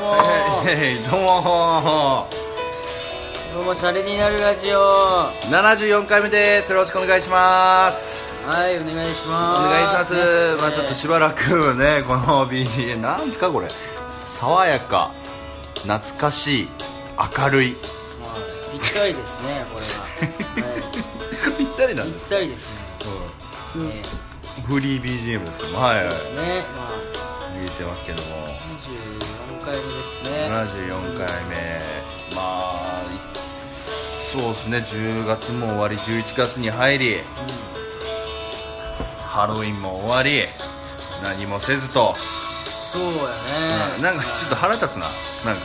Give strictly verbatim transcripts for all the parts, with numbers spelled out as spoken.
もー、えー、どうもどうもシャレになるラジオななじゅうよんかいめです。よろしくお願いします。 はい、お願いします。 お願いします、 ね、 まあちょっとしばらくねこの ビージーエム なんですかこれ、爽やか、懐かしい、明るい、 まあ、ぴったりですねこれは、はい、 ぴったりなんですか。 ぴったりですね、うんね、 フリー ビージーエム ですけども、はいはい、 ね、まあ見えてますけどもななじゅうよんかいめですね。 ななじゅうよんかいめ、まあそうですね、じゅうがつも終わりじゅういちがつに入り、うん、ハロウィンも終わり何もせずと、 そうやね、 うん、なんかちょっと腹立つな、なんか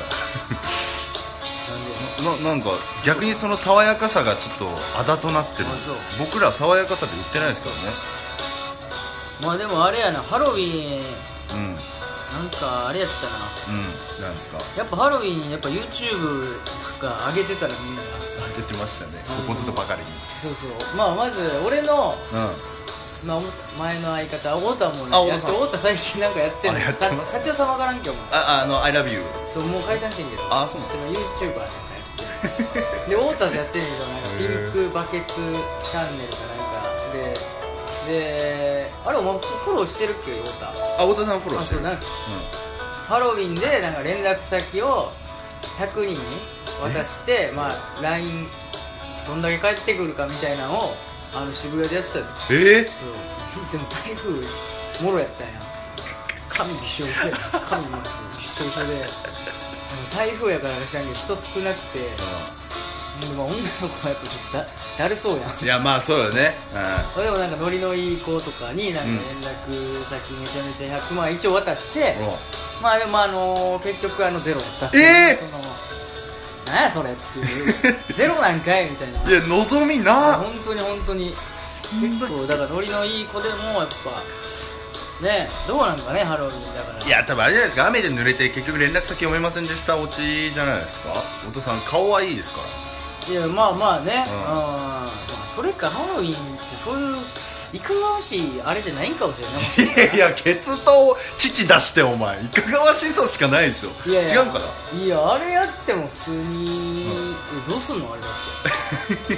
な, なんか逆にその爽やかさがちょっとあだとなってる。僕ら爽やかさで売ってないですからね。 まあでもあれやな、ハロウィン、うん、なんかあれやったな、 うん、なんですか。 やっぱハロウィンやっぱ YouTube とか上げてたらみんな上げてましたね、ここぞとばかりに。 そうそう、まあまず俺の、うんまあ、前の相方、太田もね、やって、太田最近なんかやってるの、社長様からんけど、 あ、あの、I love you。そう、 もう解散してんけど、 あ、そうなんです。YouTuber で、太田でやってるんけど、なんか、ピンクバケツチャンネルかなんか、で、で、あれ、お前フォローしてるっけ、太田。 あ、太田さんフォローしてる。 なんか、うん、ハロウィンで、なんか連絡先をひゃくにんに渡して、まあ、ライン、どんだけ返ってくるかみたいなのを、あの渋谷でやってたよ。 えー、 そうでも台風もろやったんや。髪びしょびしょで髪もびしょびしょで台風やから知らんけど人少なくて、うん、でも女の子はやっぱちょっと だ, だるそうやん。 いやまあそうよね、 うん、でもなんかノリのいい子とかになんか連絡先めちゃめちゃひゃくまん一応渡して、うん、まあでもあのー、結局あのゼロやったっていう。 えー、 そのなんやそれっていうゼロなんかいみたいな。 いや望みな、 本当に本当に結構だからノリのいい子でもやっぱね、どうなんかねハロウィンだから。 いや多分あれじゃないですか、雨で濡れて結局連絡先読めませんでしたオチじゃないですか。お父さん顔はいいですから。 いやまあまあね、うん、あそれかハロウィンってそういういかがわしいあれじゃないんかもしれない。 いやいやケツと乳出してお前いかがわしさしかないでしょ。いやいや違うかな。 いやあれやっても普通に、うん、どうすんのあれだって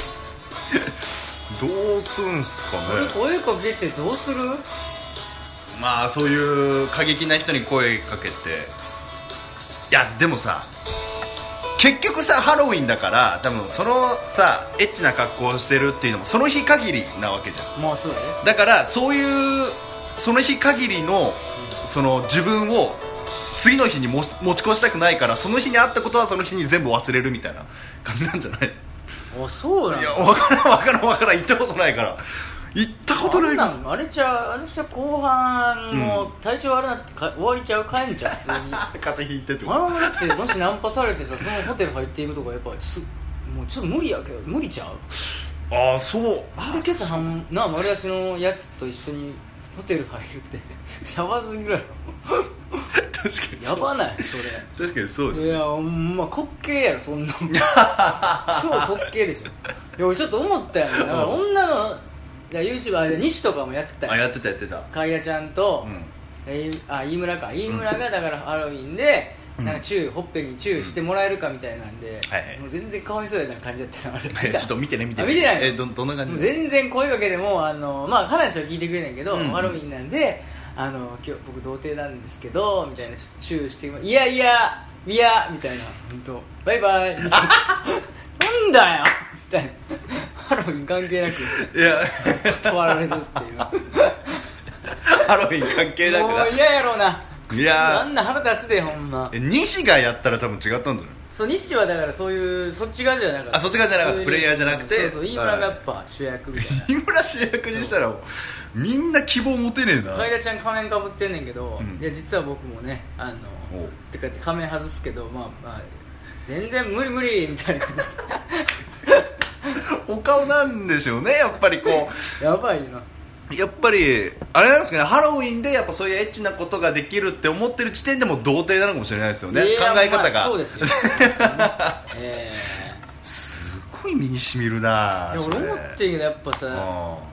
どうすんすかね。 声かけてどうする。 まあそういう過激な人に声かけて、いやでもさ結局さハロウィンだから多分そのさエッチな格好をしてるっていうのもその日限りなわけじゃん。 まあそうだね。 だからそういうその日限りの、うん、その自分を次の日にも持ち越したくないからその日にあったことはその日に全部忘れるみたいな感じなんじゃない。 あ、そうなんだ。 いや分からん分からん分からん、行ったことないから行ったことないから。 あんなんあれちゃう、あれちゃう後半もう体調悪なってか終わりちゃう、帰んちゃう普通に風邪ひいてってこと。 あのだってもしナンパされてさそのホテル入っていくとかやっぱすもうちょっと無理やけど無理ちゃう。 ああそうあれけさ半な丸足のやつと一緒にホテル入るってやばすぎるやろ確かにやばないそれ。 確かにそうだ、ね、 いやほんま滑稽やろそんな超滑稽でしょ。いや俺ちょっと思ったよね、だから女のYouTube あれ西とかもやってたよ。 あやってたやってた。 かいやちゃんと、うん、えあ飯村か飯村がだからハロウィンで、うん、なんかチューほっぺにチューしてもらえるかみたいなんで、うんはいはい、もう全然かわいそうな感じだったなあれ。 ちょっと見てね見てね。 見てない。 え ど, どんな感じ。 全然声かけてもあの、まあ、話を聞いてくれないけど、うんうん、ハロウィンなんであの今日僕童貞なんですけどみたいなちょっとチューしていやいやいやみたいな本当バイバイみたいななんだよみたいなハロウィン関係なくいや断られるっていうハロウィン関係なくな。 もう嫌やろうな。 いやあんな腹立つでほんま。 西がやったら多分違ったんだよ。 そう西はだからそういうそっち側じゃなかった。 あそっち側じゃなかったプレイヤーじゃなくてそうそう飯村がやっぱ主役みたいな。 飯村主役にしたらみんな希望持てねえな。 楓ちゃん仮面かぶってんねんけど、 うん、 いや実は僕もねあのってかって仮面外すけどまあまあ全然無理無理みたいな感じお顔なんでしょうねやっぱりこうやばいな。 やっぱりあれなんですかね、ハロウィンでやっぱそういうエッチなことができるって思ってる時点でも童貞なのかもしれないですよね、考え方が、 まあ、そうですよ、えー、 すごい身にしみるな。 いや俺思ってるけどやっぱさ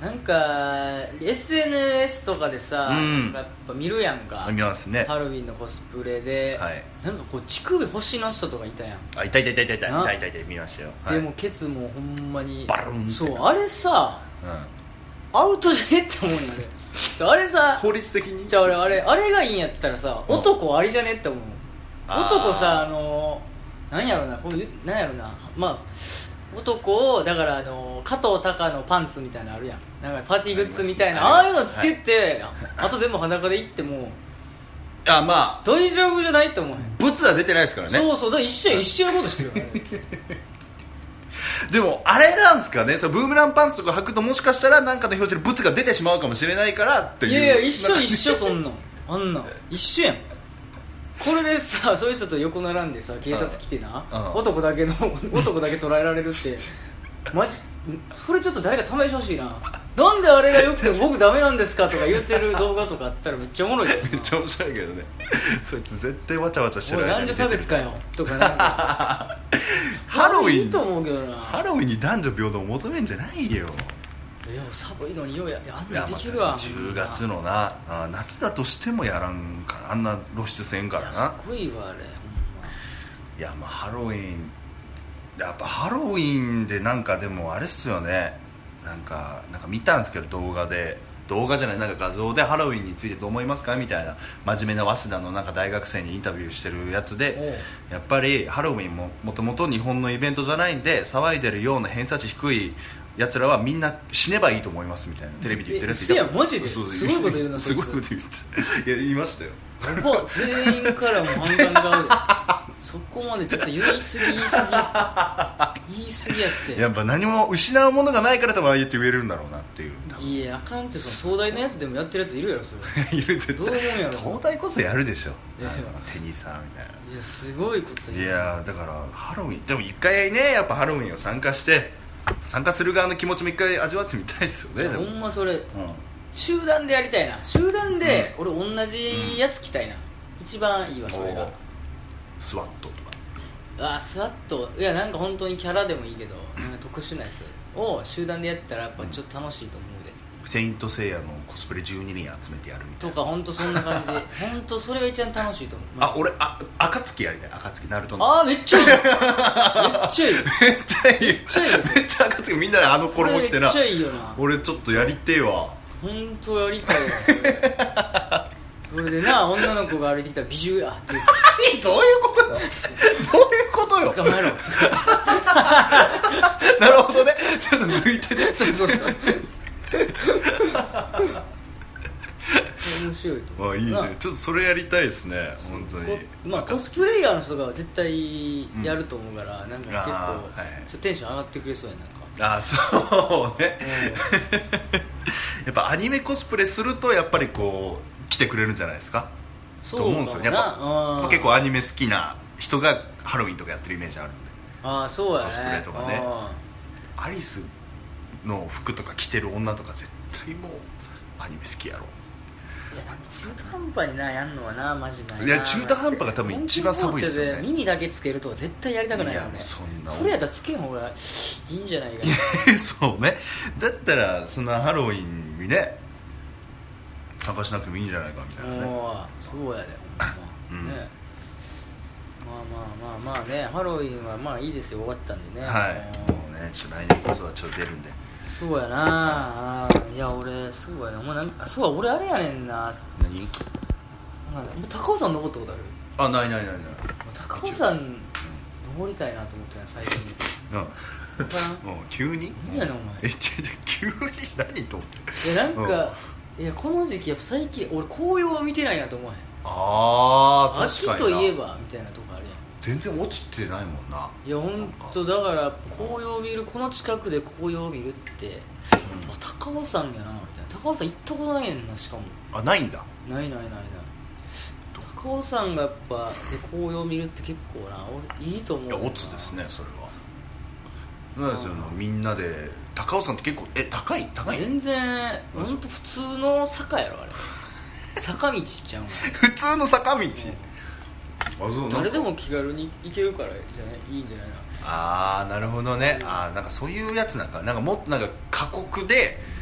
なんか エスエヌエス とかでさ、 うん、 なんかやっぱ見るやんか、 見ますね、 ハロウィンのコスプレで、はい、なんかこう乳首星の人とかいたやん。 あ、いたいたいたいたいたいたいたいた見ましたよ、 でもケツもほんまにバルーンって、 そうあれさ、うん、アウトじゃねって思うんだねあれさ法律的にじゃあ俺あれあれがいいんやったらさ、男ありじゃねって思う。男さ、あのなんやろな、これなんやろな、まあ男をだからあの加藤鷹のパンツみたいなのあるやん、なんかパーティーグッズみたいな あ, あ, あいうのつけて、はい、あと全部裸でいってもあ、まあ大丈夫じゃないと思うへん。 ブツは出てないですからね。 そうそう、だから一緒一緒のことしてるよねでもあれなんすかね、そのブーメランパンツとか履くともしかしたら何かの表示でブツが出てしまうかもしれないからっていう。 いやいや一緒一緒、そんなんあんなん一緒やん。これでさ、そういう人と横並んでさ警察来てな、男だけの男だけ捉えられるってマジそれちょっと誰か試してほしいな。なんであれが良くて僕ダメなんですかとか言ってる動画とかあったらめっちゃおもろいよな。 めっちゃ面白いけどねそいつ絶対わちゃわちゃしてる。 俺男女差別かよとかなんかハロウィンいいと思うけどな。 ハロウィンに男女平等を求めんじゃないよ。 いや寒いのにようやあんなできるわ。 じゅうがつのなあ夏だとしてもやらんからあんな露出せんからな。すごいわあれほんま。 いやまあハロウィンやっぱハロウィンでなんかでもあれっすよね、なんかなんか見たんですけど動画で動画じゃないなんか画像でハロウィンについてどう思いますかみたいな真面目な早稲田のなんか大学生にインタビューしてるやつで、やっぱりハロウィンももともと日本のイベントじゃないんで騒いでるような偏差値低いやつらはみんな死ねばいいと思いますみたいなテレビで言ってるやついた。 いやマジですごいこと言うな。 すごいこと言ういや言いましたよ。 全員からも判断が合うそこまでちょっと言い過ぎ言い過ぎ言い過ぎやって。 やっぱ何も失うものがないから多分ああ言って言えるんだろうなっていう。 いやあかんって、その東大のやつでもやってるやついるやろそれいる絶対。 どう思うんやろ。 東大こそやるでしょテニサーみたいな。 いやすごいこと言う。いやだからハロウィンでも一回ねやっぱハロウィンを参加して参加する側の気持ちも一回味わってみたいですよね。 ほんまそれ、うん、集団でやりたいな。集団で、うん、俺同じやつ着たいな、うん、一番いいわそれが。 スワットとかあスワットいやなんか本当にキャラでもいいけど、なんか特殊なやつを集団でやったらやっぱちょっと楽しいと思うで、 うん、セイントセイヤのコスプレじゅうににん集めてやるみたいなとか本当そんな感じ本当それが一番楽しいと思う。 あ俺あ暁やりたい。暁ナルトのあめっちゃいいめっちゃいいめっちゃいいめっちゃいいめっちゃ暁みんなであの衣着てな。 めっちゃいいよな。 俺ちょっとやりてえわ本当やりたいわそれそれでな女の子が歩いてきたら美獣やって言ってどういうことどういうことよ。 捕まえろなるほどね。ちょっと抜いてねそうそうそう面白いと思う。 あいいね。ちょっとそれやりたいですね本当に。 まあコスプレイヤーの人が絶対やると思うから、うん、なんか結構、はい、ちょっとテンション上がってくれそうやなんか。 あそうね、やっぱアニメコスプレするとやっぱりこう来てくれるんじゃないですか。 そうかもな。 と思うんですよ。やっぱ、まあ、結構アニメ好きな人がハロウィンとかやってるイメージあるんで。 ああそうやね。 コスプレとかね。アリスの服とか着てる女とか絶対もうアニメ好きやろ。 いやなんか中途半端になやんのはなマジないな。 いや中途半端が多分一番寒いですよね。 耳だけつけるとか絶対やりたくないよね。 いやそんなそれやったらつけん方がいいんじゃないかなそうね。だったらそんなハロウィンにね参加しなくてもいいんじゃないかみたいなね。 そうやでほんま、うん、ね。まあまあまあまあねハロウィンはまあいいですよ終わったんでね。 はいもうねちょっと来年こそはちょっと出るんで。 そうやな、うん、いや俺そうやなお前なんかそう俺あれやねんな。 何？ 高尾山登ったことある？ あないないないない。 高尾山登りたいなと思ってな最近。 うん。急に？ 何やねんお前。 え急に何と思って。 いやなんか、うん、いやこの時期やっぱ最近俺紅葉を見てないなと思わへん。 ああ確かにな。 秋といえばみたいなとこあるやん。 全然落ちてないもんな。 いや本当だから紅葉を見るこの近くで紅葉を見るって、うん、あ高尾山やなみたいな。高尾山行ったことないねんなしかも。 あないんだ。 ないないないない。高尾山がやっぱで紅葉を見るって結構な俺いいと思う。いやオツですねそれは。なんですよみんなで高尾山って結構え高い高い。 全然本当普通の坂やろあれ坂道ちゃうの普通の坂道、うんあそう誰でも気軽に行けるからじゃないいいんじゃないな。 ああなるほどね。ああなんかそういうやつなんかなんかもっとなんか過酷で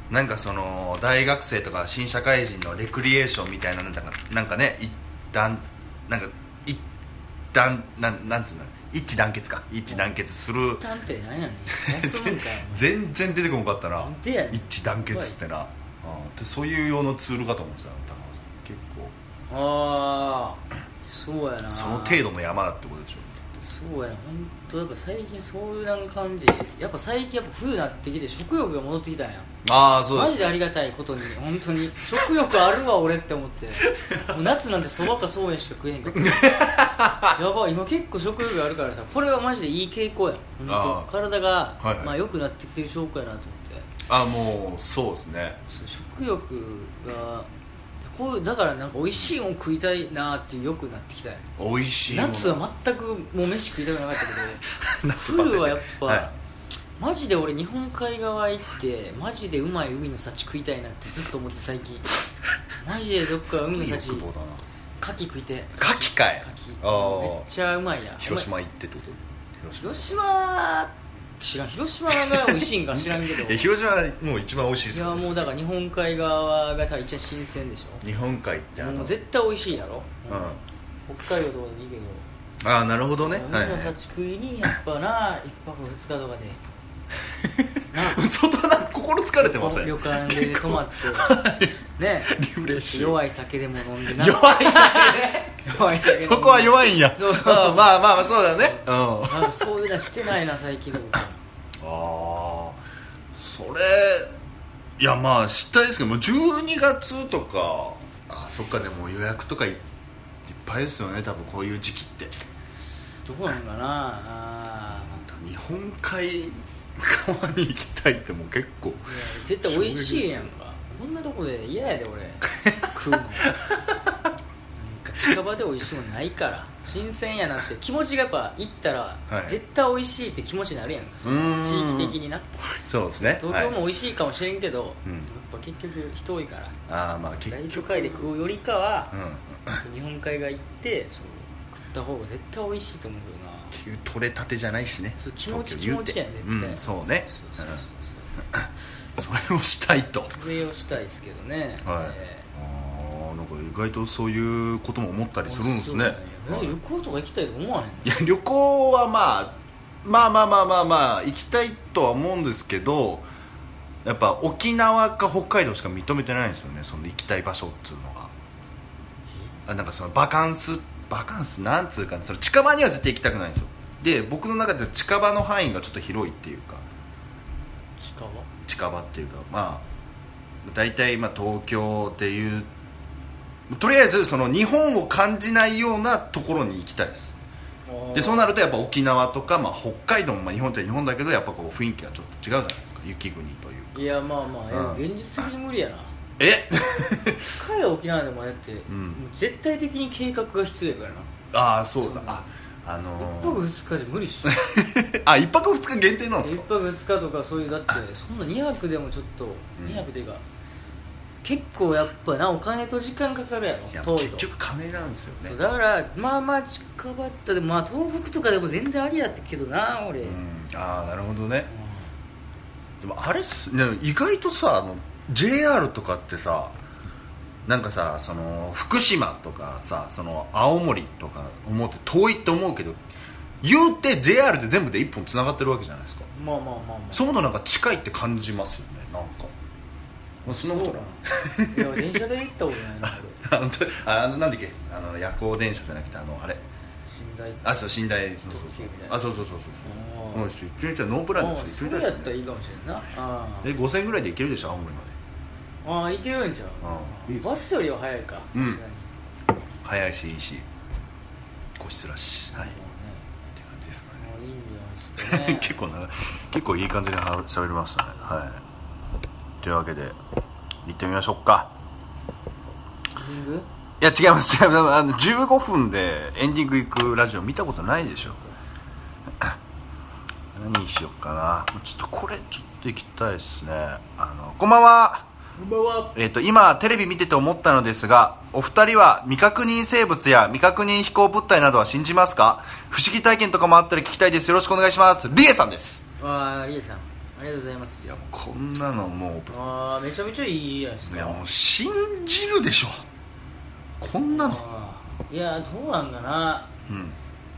なんかその大学生とか新社会人のレクリエーションみたいななんかなんかね一旦なんか一旦なんなんつうの一致団結か一致団結する一旦って何やねん休むんかよ全然出てこなかったななんでやねん一致団結ってな、うん、でそういう用のツールかと思ってたの高橋さん結構ああそうやなその程度の山だってことでしょそうやな本当やっぱ最近そういうなんか感じやっぱ最近やっぱ冬になってきて食欲が戻ってきたんやああそうです、ね、 マジでありがたいことに本当に食欲あるわ俺って思ってもう夏なんてそばかそうめんしか食えへんからやばい今結構食欲があるからさこれはマジでいい傾向や本当体が、はいはい、まあ、良くなってきてる証拠やなと思ってあもうそうですね食欲がこうだからなんか美味しいもん食いたいなっていうよくなってきたよ美味しいもん夏は全くもう飯食いたくなかったけど冬はやっぱ、はい、マジで俺日本海側行ってマジでうまい海の幸食いたいなってずっと思って最近マジでどっか海の幸牡蠣食いて牡蠣かい牡蠣めっちゃうまいや広島行ってってこと広島知らん広島が美味しいんか知らんけど広島はもう一番美味しいですよ、ね、いやもうだから日本海側が一番新鮮でしょ日本海ってあのもう絶対美味しいやろ、うん、北海道とかでいいけどああなるほどね海の幸食いにやっぱな一泊二日とかで相当なんか心疲れてません旅館で泊まってね弱い酒でも飲んでな弱い酒で弱い酒そこは弱いんやあまあまあまあそうだね、うん、 なんかそういうのしてないな最近でもああそれいやまあ知ったですけどもうじゅうにがつとかあそっかでも予約とか い, いっぱいですよね多分こういう時期ってどうなんかなあ日本海川に行きたいってもう結構いや絶対美味しいやんかこんなとこで嫌やで俺食うのなんか近場で美味しいものないから新鮮やなって気持ちがやっぱ行ったら、はい、絶対美味しいって気持ちになるやんかその地域的になそうですね東京も美味しいかもしれんけど、はい、やっぱ結局人多いからあまあ結局大都会で食うよりかは、うん、日本海側行ってそう食った方が絶対美味しいと思うけどな取れたてじゃないしねそう気持ち気持ちやね絶対、 うん、そうねそれをしたいとそれをしたいですけどね、 はいえー、あなんか意外とそういうことも思ったりするんですね、 はい、旅行とか行きたいと思わへんのいや旅行は、まあ、まあまあまあまあまあ行きたいとは思うんですけどやっぱ沖縄か北海道しか認めてないんですよねその行きたい場所っていうのがあなんかそのバカンスバカンスなんつうか、ね、その近場には絶対行きたくないんですよで僕の中で近場の範囲がちょっと広いっていうか近場近場っていうかまあ大体まあ東京っていうとりあえずその日本を感じないようなところに行きたいですでそうなるとやっぱ沖縄とか、まあ、北海道もまあ日本って日本だけどやっぱこう雰囲気がちょっと違うじゃないですか雪国というかいやまあまあ、うん、現実的に無理やなえ北海道沖縄でもやって、うん、もう絶対的に計画が必要やからなああそうだああのー、 いっぱくふつかじゃ無理っしょあいっぱくふつか限定なんですかいっぱくふつかとかそういうだってそんなにはくでもちょっと、うん、にはくでいうか結構やっぱなお金と時間かかるやろいや遠いと結局金なんですよねだからまあまあ近場ったでもまあ東北とかでも全然ありやったけどな俺、うん、 ああなるほどね、うん、でもあれっす、ね、意外とさあの ジェイアール とかってさなんかさその福島とかさその青森とか思って遠いって思うけど言うて ジェイアール で全部でいっぽんつながってるわけじゃないですかまあまあまあまあそういうのなんか近いって感じますよねなんかそんなことないいや電車で行ったことないなあのなんだっけあの夜行電車じゃなくてあのあれ寝台あそう寝台そうそうそうあそうそうそうそう一日はノープランですよそれやったらいいかもしれんなあでごせんえんぐらいで行けるでしょ青森までああ行けるんじゃんいいバスよりは早いかさすがに、うん、 早いしいいし個室らしはい、ね、って感じですかねあいいんじゃないですかね結構な結構いい感じに喋りましたねはいというわけで行ってみましょうかエンディングいや違います違いますあのじゅうごふんでエンディング行くラジオ見たことないでしょ何しようかなちょっとこれちょっと行きたいですねあのこんばんはこんばんはえーと今テレビ見てて思ったのですがお二人は未確認生物や未確認飛行物体などは信じますか不思議体験とかもあったら聞きたいですよろしくお願いしますリエさんですああリエさんありがとうございます。 いやもうこんなのもうああめちゃめちゃいいじゃないですか。 いやもう信じるでしょこんなの。 いやどうなんかな。 うん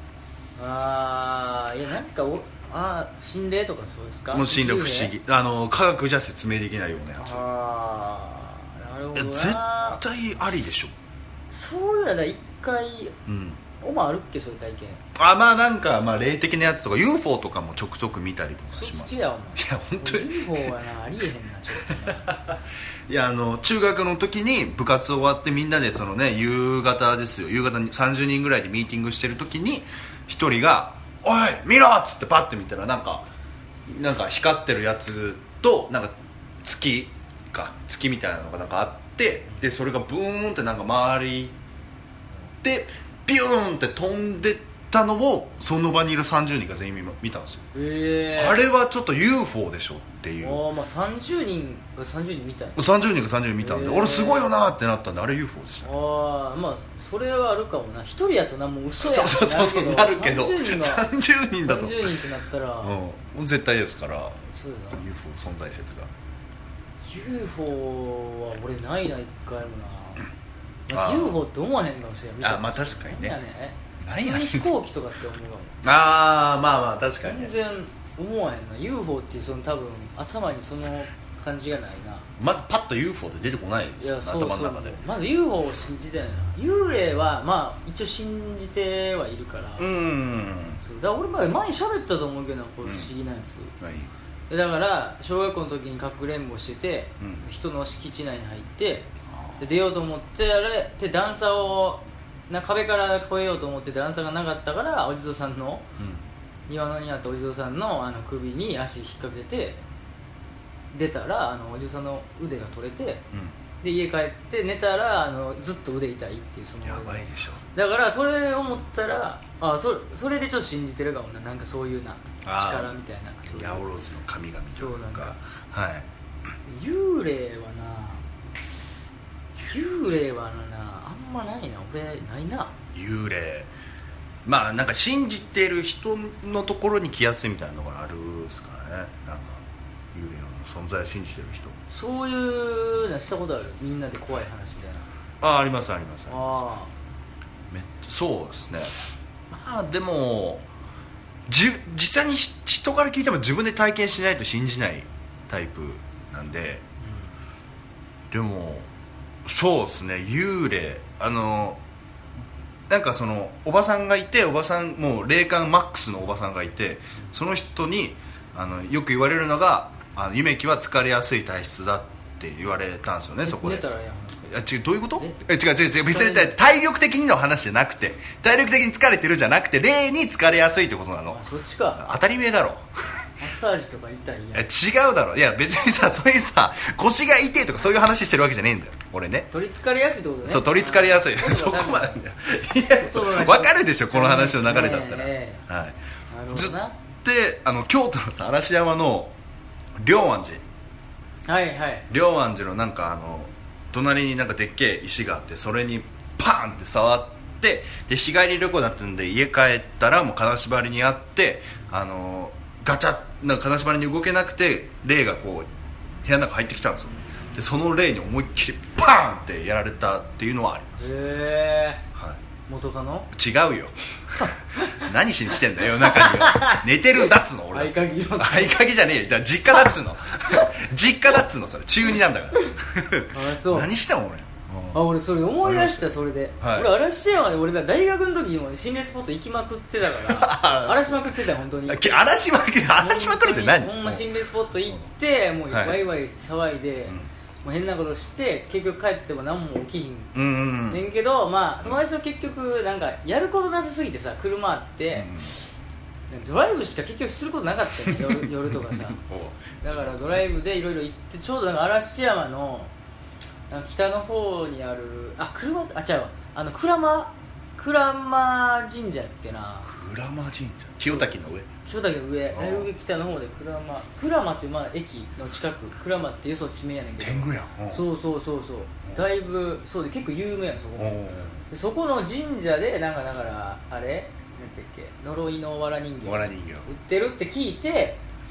ああいやなんかおあ心霊とかそうですか。 もう心霊不思議あの科学じゃ説明できないようなやつ。 ああなるほどな。 絶対ありでしょ。 そういうのは一回うんお前あるっけそういう体験。 あまあなんかまあ霊的なやつとか ユーフォー とかもちょくちょく見たりとかします。 好きやお前。 いや本当にユーフォー はなありえへんなちょっとねいやあの中学の時に部活終わってみんなでそのね夕方ですよ夕方にさんじゅうにんぐらいでミーティングしてる時に一人が「おい見ろ!」っつってパッて見たらなんかなんか光ってるやつとなんか月か月みたいなのがなんかあってでそれがブーンってなんか周りでビューンって飛んでったのをその場にいるさんじゅうにんが全員見たんですよ。 えー、 あれはちょっと ユーフォー でしょっていう。 あまあさんじゅうにんがさんじゅうにん見たい。 さんじゅうにんがさんじゅうにん見たんで、 えー、 俺すごいよなってなったんであれ ユーフォー でしたね。 ああまあそれはあるかもな。一人やとなもう嘘やそうそうそうそうなるけどさんじゅうにんがさんじゅうにんだとさんじゅうにんってなったら、 うん、もう絶対ですからそうだなユーフォー 存在説がユーフォー は俺ないな一回もな。 あユーフォー って思わへんかもしれん。 あまあ確かにねなんやね何や普通に飛行機とかって思うかも。 ああまあまあ確かにね全然思わへんな。 ユーフォー っていうその多分頭にその感じがないな。 まずパッと ユーフォー って出てこないですよね頭の中で。 まず ユーフォー を信じてないな。幽霊はまあ一応信じてはいるから、 うんうんそうだから俺前前に喋ったと思うけどこれ不思議なやつ、 うん、 だから小学校の時にかくれんぼしてて、 うん、 人の敷地内に入ってで出ようと思ってあれで段差をな壁から越えようと思って段差がなかったからお地蔵さんの、うん、庭のにあったお地蔵さんの、あの首に足引っ掛けて出たらあのお地蔵さんの腕が取れて、うん、で家帰って寝たらあのずっと腕痛いっていうそのやばいでしょ。 だからそれ思ったらあ そ, それでちょっと信じてるかもな。なんかそういうな力みたいな八百万の神々というか。 そうなんかはい幽霊はな幽霊はなあんまないな俺ないな。 幽霊まあなんか信じてる人のところに来やすいみたいなのがあるんですからね。なんか幽霊の存在を信じてる人そういうのしたことある。みんなで怖い話みたいな。 あありますありますあります。 あめっちゃそうですね。まあでもじ実際に人から聞いても自分で体験しないと信じないタイプなんで、うん、でもそうですね幽霊あのなんかそのおばさんがいておばさんもう霊感マックスのおばさんがいてその人にあのよく言われるのがあの夢木は疲れやすい体質だって言われたんですよね。そこで寝たらやんあ違うどういうことえ違う違う違う別に体力的にの話じゃなくて体力的に疲れてるじゃなくて霊に疲れやすいってことなの。 あそっちか。 当たり前だろマッサージとか痛いやん。 違うだろ。いや別にさそういうさ腰が痛いとかそういう話してるわけじゃねえんだよ俺ね。 取りつかれやすいってことね。 そう取りつかれやすいそこまでいや分かるでしょこの話の流れだったら、 ねはい、 なるほどな。 であの京都のさ嵐山の龍安寺はいはい龍安寺のなんかあの隣になんかでっけえ石があってそれにパーンって触ってで日帰り旅行だったんで家帰ったらもう金縛りにあってあのガチャなんか金縛りに動けなくて霊がこう部屋の中入ってきたんですよ。でその霊に思いっきりパーンってやられたっていうのはあります。 へえ、 はい、 元カノ違うよ何しに来てんだよ夜中には寝てるんだっつの俺合鍵の合鍵じゃねえよだから実家だっつの実家だっつのそれ中になんだからあそう何したん俺あ俺それ思い出したそれで、はい、俺嵐山で俺大学の時にも心霊スポット行きまくってたから荒らしまくってたよ本当に荒らしまく荒らしまくるって何ほんま心霊スポット行ってもうワイワイ騒いで、うんもう変なことして結局帰ってても何も起きひん、うんうん、ねんけど、まあ、友達と結局なんかやることなさすぎてさ車あって、うん、ドライブしか結局することなかったよ夜, 夜とかさだからドライブでいろいろ行ってちょうどなんか嵐山のなんか北の方にあるあ車あ違うわあの鞍馬鞍馬神社やっけな鞍馬神社清滝の上清滝の上だいぶ北の方で鞍馬鞍馬ってまあ駅の近く鞍馬っていうそう地名やねんけど天狗やそうそうそうそうだいぶそうで結構有名やんそこでそこの神社でなんかだからあれなんていうっけ呪いのわら人形わら人形売ってるって聞いて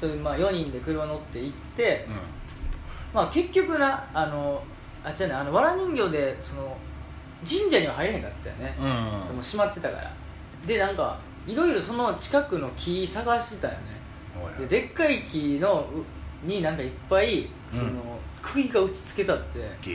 それまあよにんで車乗って行って、 うん、 まあ結局なあのあっちゃねあのわら人形でその神社には入れへんかったよね、 うん、 でも閉まってたからでなんかいろいろその近くの木探してたよね。ででっかい木のになんかいっぱいその、うん、釘が打ち付けたって、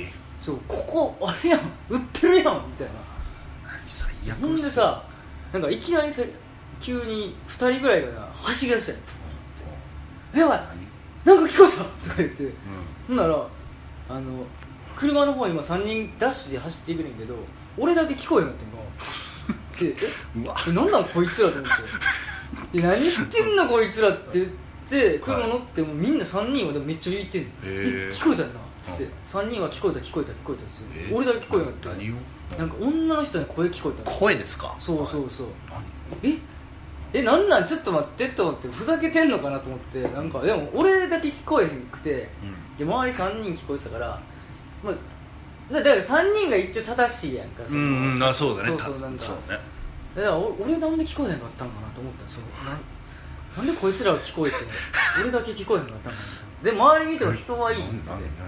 そうここあれやん売ってるやんみたいな。 最悪っすよ。 ほんでさなんかいきなりさ急にふたりぐらいがな走り出したよ。やばいなんか聞こえたとか言って、うん、ほんならあの車の方今さんにんダッシュで走っていくねんけど俺だけ聞こえへんかったんかでえうわえなんなんこいつらと思って何言ってんのこいつらって言って車乗ってもみんなさんにんはでもめっちゃ言ってんの、え聞こえたんなって、うん、さんにんは聞こえた聞こえた聞こえたって言って、えー、俺だけ聞こえなかった。何をなんか女の人に声聞こえた。 声ですか。 そうそうそう。ええなんなんちょっと待ってと思ってふざけてんのかなと思ってなんかでも俺だけ聞こえへんくて、うん、で周りさんにん聞こえてたから、まあ、だからさんにんが一応正しいやんか。そうんうんあそうだね。 そうそうなんかそう、ね、だから俺なんで聞こえへんかったんかなと思ったんですよ。な, なんでこいつらは聞こえて俺だけ聞こえへんかったんかな。で周り見ても人はいいって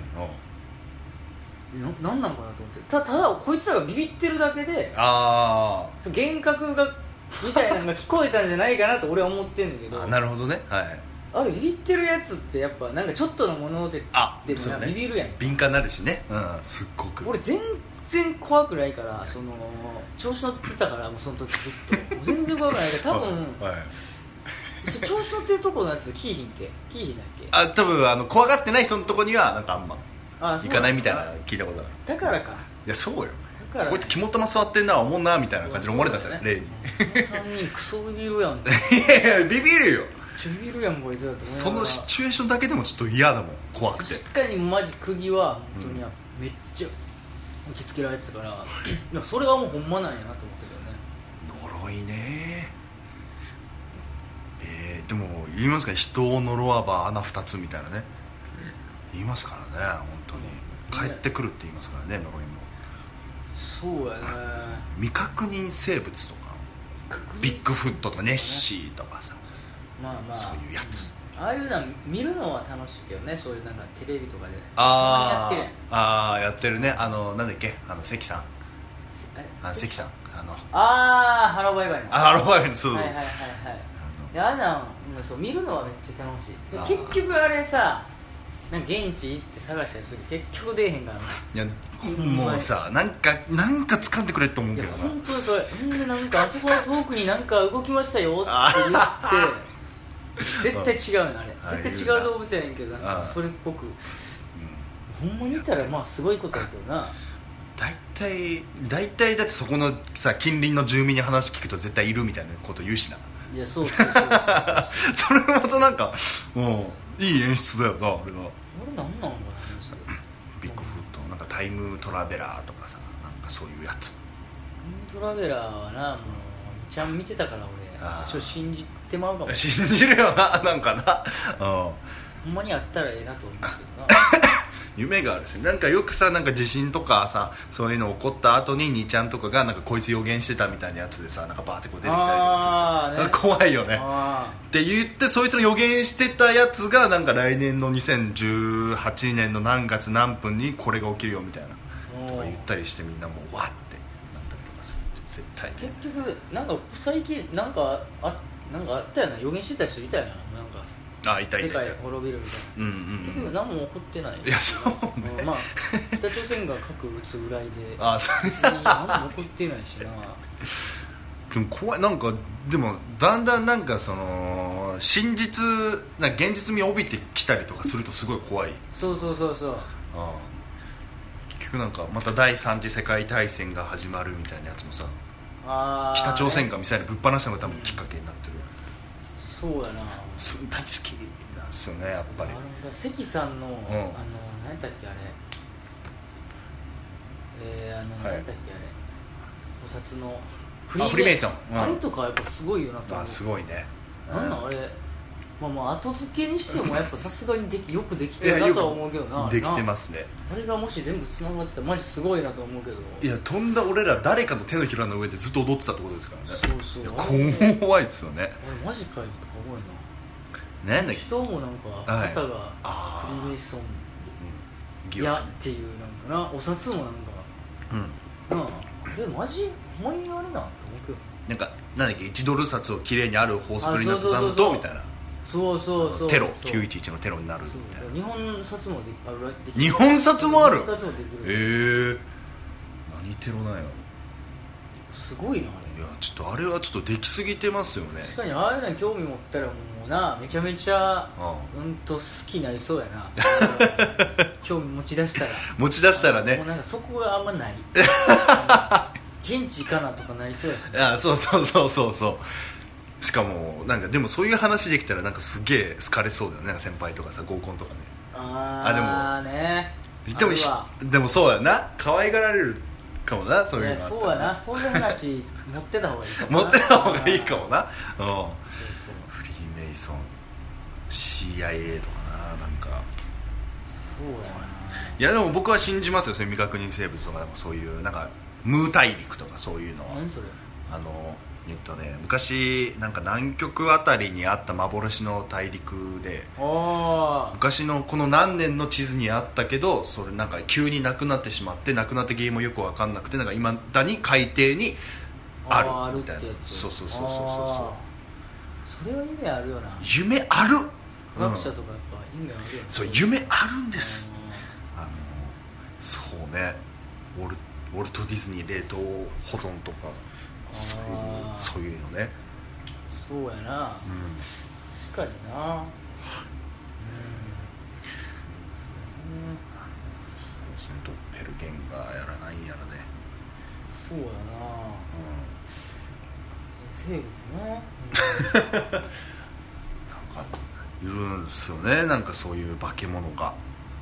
な, なんなんかなと思って た, ただこいつらがビビってるだけであ幻覚がみたいなのが聞こえたんじゃないかなと俺は思ってんだけど。 あなるほどね、はい、 あれビビってるやつってやっぱなんかちょっとのものであでも、ね、ビビるやん。 敏感になるしね、うん、すっごく俺全然怖くないからその調子乗ってたからもうその時ずっと全然怖くないから多分、はい、調子乗ってるとこのやつでキーヒンってキーヒンだっけ。 あ多分あの怖がってない人のとこにはなんかあんまあ行かないみたいな聞いたことある。 だからか。 いやそうよこうやって肝玉座ってんな思んなみたいな感じで思われたじゃん、ね、例にさんにんクソビビるやんいやいやビビるよちょビビるやんこいつだとそのシチュエーションだけでもちょっと嫌だもん怖くて。 確かにマジ釘は本当にめっちゃ打ちつけられてたから、うん、いやそれはもうほんまなんやなと思ったけどね。 呪いねえー、でも言いますか人を呪わば穴二つみたいなね言いますからね本当に帰ってくるって言いますからね呪いも。 そうやね未確認生物とかビッグフットとかネッシーとかさ、まあまあそういうやつ、 ああいうのは見るのは楽しいけどね。そういうなんかテレビとかであーあーやってるね。あのなんだっけあの関さんあの関さんあのあーハローバイバイのあハローバイバイのそうはいはいはいはいああいうのそう見るのはめっちゃ楽しい。結局あれさなんか現地行って探したりする結局出えへんからね。いやもうさなんかなんか掴んでくれって思うけどな。 いや本当にそれほんでなんかあそこの遠くになんか動きましたよって言って絶対違うのあれ絶対違う動物やねんけどなんかそれっぽく、うん、ほんまに見たらまあすごいことやけどな。 大体大体だってそこのさ近隣の住民に話聞くと絶対いるみたいなこと言うしな。 いやそうそうそうそれまたなんかもういい演出だよなあれが。あれなんなんかなビッグフットなんかタイムトラベラーとかさなんかそういうやつ。 タイムトラベラーはなもうちゃん見てたから俺ちょっと信じてまうかも。 信じるよななんかなほんまにあったらええなと思うんですけどな夢があるしなんかよくさなんか地震とかさそういうの起こった後に兄ちゃんとかがなんかこいつ予言してたみたいなやつでさなんかバーってこう出てきたりとかする、ね、怖いよねって言ってそいつの予言してたやつがなんか来年のにせんじゅうはちねんの何月何分にこれが起きるよみたいなとか言ったりしてみんなもうわってなったりとかする絶対に。 結局なんか最近なんかあなんかあったよな予言してた人いたよななんかあいたいたいた世界滅びるみたいな、うんうんうん、結局何も起こってない。 いやそうね、 うん、まあ北朝鮮が核撃つぐらいであそう別に何も起こってないしなでも怖いなんかでもだんだんなんかその真実な現実味を帯びてきたりとかするとすごい怖い。 そうそうそうそうあ結局なんかまた第三次世界大戦が始まるみたいなやつもさあ北朝鮮がミサイルぶっ放したのが多分きっかけになってる。 そうやなそれ大好きなんですよねやっぱり。 関さんの、うん、あの何だっけあれえー、あの、はい、何だっけあれお札のフリーメイソン、 うん、あれとかやっぱすごいよなと思う。 あすごいねなんなんあれまあまあ後付けにしてもやっぱさすがにできよくできてるなとは思うけどなできてますね。 あれがもし全部つながってたらマジすごいなと思うけど。 いや飛んだ俺ら誰かの手のひらの上でずっと踊ってたってことですからね。 そうそう怖いっすよね。 あれマジかよとか思うな。 なんだっけ人もなんかはい肩があフリーメイソンーやっていうなんかなお札もなんかうんなあえマジほんまにあれなんと思うけどなんかなんだっけいちドル札をきれいにある法則になったあそうそうそうそうとみたいなそうそうそうテロそうきゅういちいちのテロになるみそうたいな日本札もであるらでき日本札もある日本札もできへる、 え何テロなんやすごいなあれいやちょっとあれはちょっとできすぎてますよね確かにああいうのに興味持ったらもうなめちゃめちゃああうんと好きになりそうやな興味持ち出したら持ち出したらもうねなんかそこがあんまない現地かなとかなりそうやし、ね、 あそうそうそうそうそうしかもなんかでもそういう話できたらなんかすげえ好かれそうだよねなんか先輩とかさ合コンとかねああでもねでもあるわでもそうやな可愛がられるかもなそういうのあったらそうやなそういう話持ってた方がいいかもな持ってた方がいいかもなうんそうそうフリーメイソン シーアイエー とかななんかそうやないやでも僕は信じますよそういう未確認生物とかなんかそういうなんかムー大陸とかそういうのは何それあのえっとね昔なんか南極あたりにあった幻の大陸であ昔のこの何年の地図にあったけどそれなんか急になくなってしまってなくなった原因もよく分かんなくてなんかいまだに海底にあるああるみたいなってやつそうそうそうそうそうそそれは夢あるよな夢ある、 科学者とかやっぱ夢あるよね、 うん、そう夢あるんですあのそうねウォル、ウォルト・ディズニー冷凍保存とかそういうそういうのねそうやな、 うん確かになうんそのドッペルゲンガーやらないやらで、 そうやな、 うん、 生物ね、 なんかいるんですよねなんかそういう化け物がなんか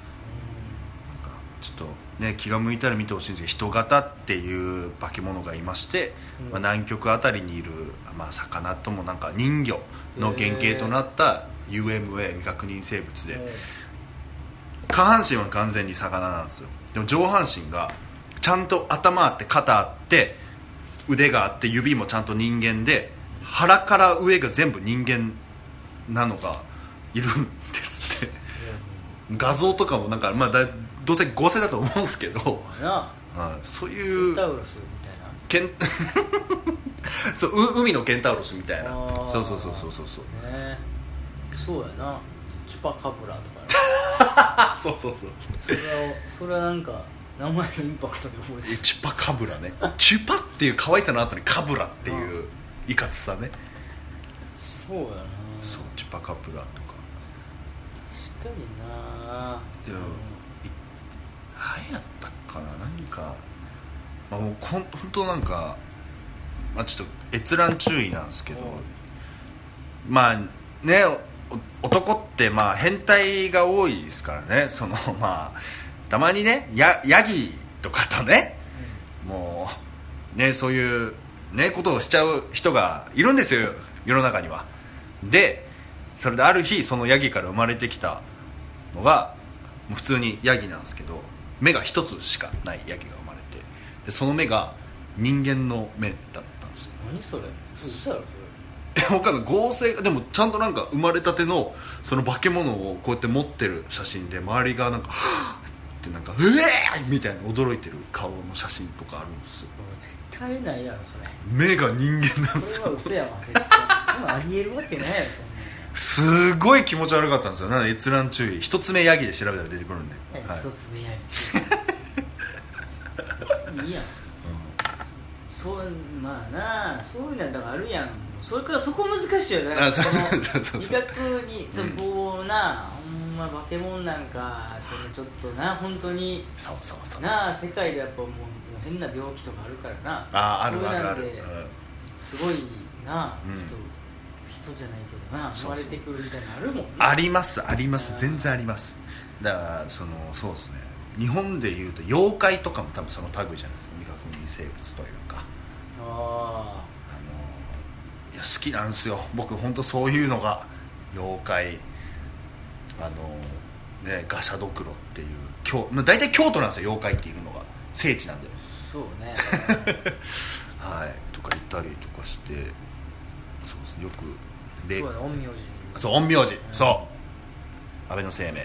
ちょっとね気が向いたら見てほしいんですけど人型っていう化け物がいまして、うんまあ、南極あたりにいる、まあ、魚ともなんか人魚の原型となった ユーエムエー 未確認生物で、下半身は完全に魚なんですよでも上半身がちゃんと頭あって肩あって腕があって指もちゃんと人間で腹から上が全部人間なのがいるんですって画像とかもなんか、まあ、だどうせ合成だと思うんですけどなあそういうケンタウロスみケンそうう海のケンタウロスみたいなあそうそうそうそうそうそうたいなねそうやなチュパカブラとか、ね、 そうそうそうそれはそれはなんか名前のインパクトで覚えてるチュパカブラねチュパっていう可愛さの後にカブラっていういかつさねそうやなそうチュパカブラとか確かにないや何やったかな何か、まあ、もうこん本当なんか、まあ、ちょっと閲覧注意なんですけどまあね男ってまあ変態が多いですからねそのまあたまにねやヤギとかとね、うん、もうねそういうねことをしちゃう人がいるんですよ世の中にはでそれである日そのヤギから生まれてきたのがもう普通にヤギなんですけど目が一つしかないヤギが生まれてでその目が人間の目だったんですよ何それ嘘やろそれ他の合成でもちゃんとなんか生まれたてのその化け物をこうやって持ってる写真で周りがなんかはぁってなんかうえーみたいな驚いてる顔の写真とかあるんですよ絶対ないやろそれ目が人間なんですよそれは嘘やわ絶対そんなありえるわけないやろそんなすごい気持ち悪かったんですよなので閲覧注意一つ目ヤギで調べたら出てくるんで、 一、はい、つ目ヤギいいやん、うん、そうまあなそういうのだからあるやんそれからそこ難しいよねあそうそのそうそう味覚にそのこうな、ほんま化け物なんかそのちょっとな本当にそうそうそうなあ世界でやっぱもう変な病気とかあるからなああるあるある、うん、 すごいな、 うん、 人人じゃないけどな生まれてくるみたいなのあるもんねありますあります全然ありますだからそのそうですね日本でいうと妖怪とかも多分その類じゃないですか未確認生物というかああいや好きなんですよ僕本当そういうのが妖怪あのねガシャドクロっていう京大体京都なんですよ妖怪っているのが聖地なんでそうねはいとか行ったりとかしてそうですねよくそうだね陰陽師そう陰陽師、そう安倍の生命、うん、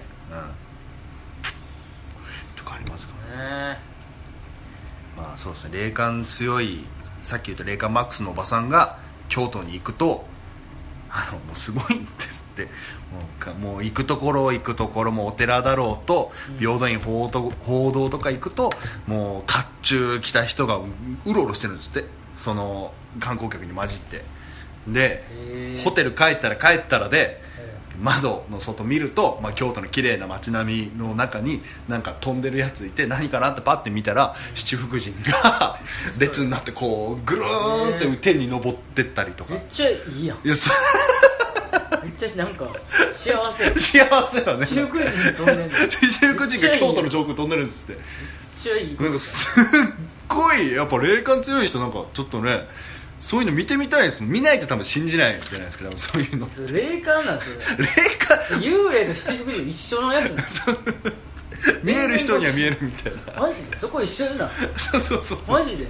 とかありますかね。まあそうですね、霊感強い、さっき言った霊感マックスのおばさんが京都に行くとあのもうすごいんですって。もうかもう行くところ行くところもお寺だろうと、うん、平等院報道、報道とか行くともう甲冑着た人がうろうろしてるんですって、その観光客に混じって。でホテル帰ったら帰ったらで窓の外見ると、まあ、京都の綺麗な街並みの中になんか飛んでるやついて、何かなってパッて見たら七福神が列になってこうぐるーんって天に登ってったりとか。 めっちゃいいやん。いやそめっちゃなんか幸せ幸せよね。 七福神飛んでる七福神が京都の上空飛んでるんですって。めっちゃいい。 なんかすっごいやっぱ霊感強い人なんかちょっとね、そういうの見てみたいです。見ないと多分信じないじゃないですか、多分そういうの。 霊感なんですよ。 霊感幽霊と七福神一緒のやつ見える人には見えるみたいな。 マジでそこ一緒にな。 そうそうそうマジで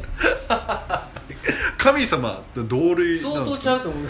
神様と同類なんですか。 相当ちゃうと思う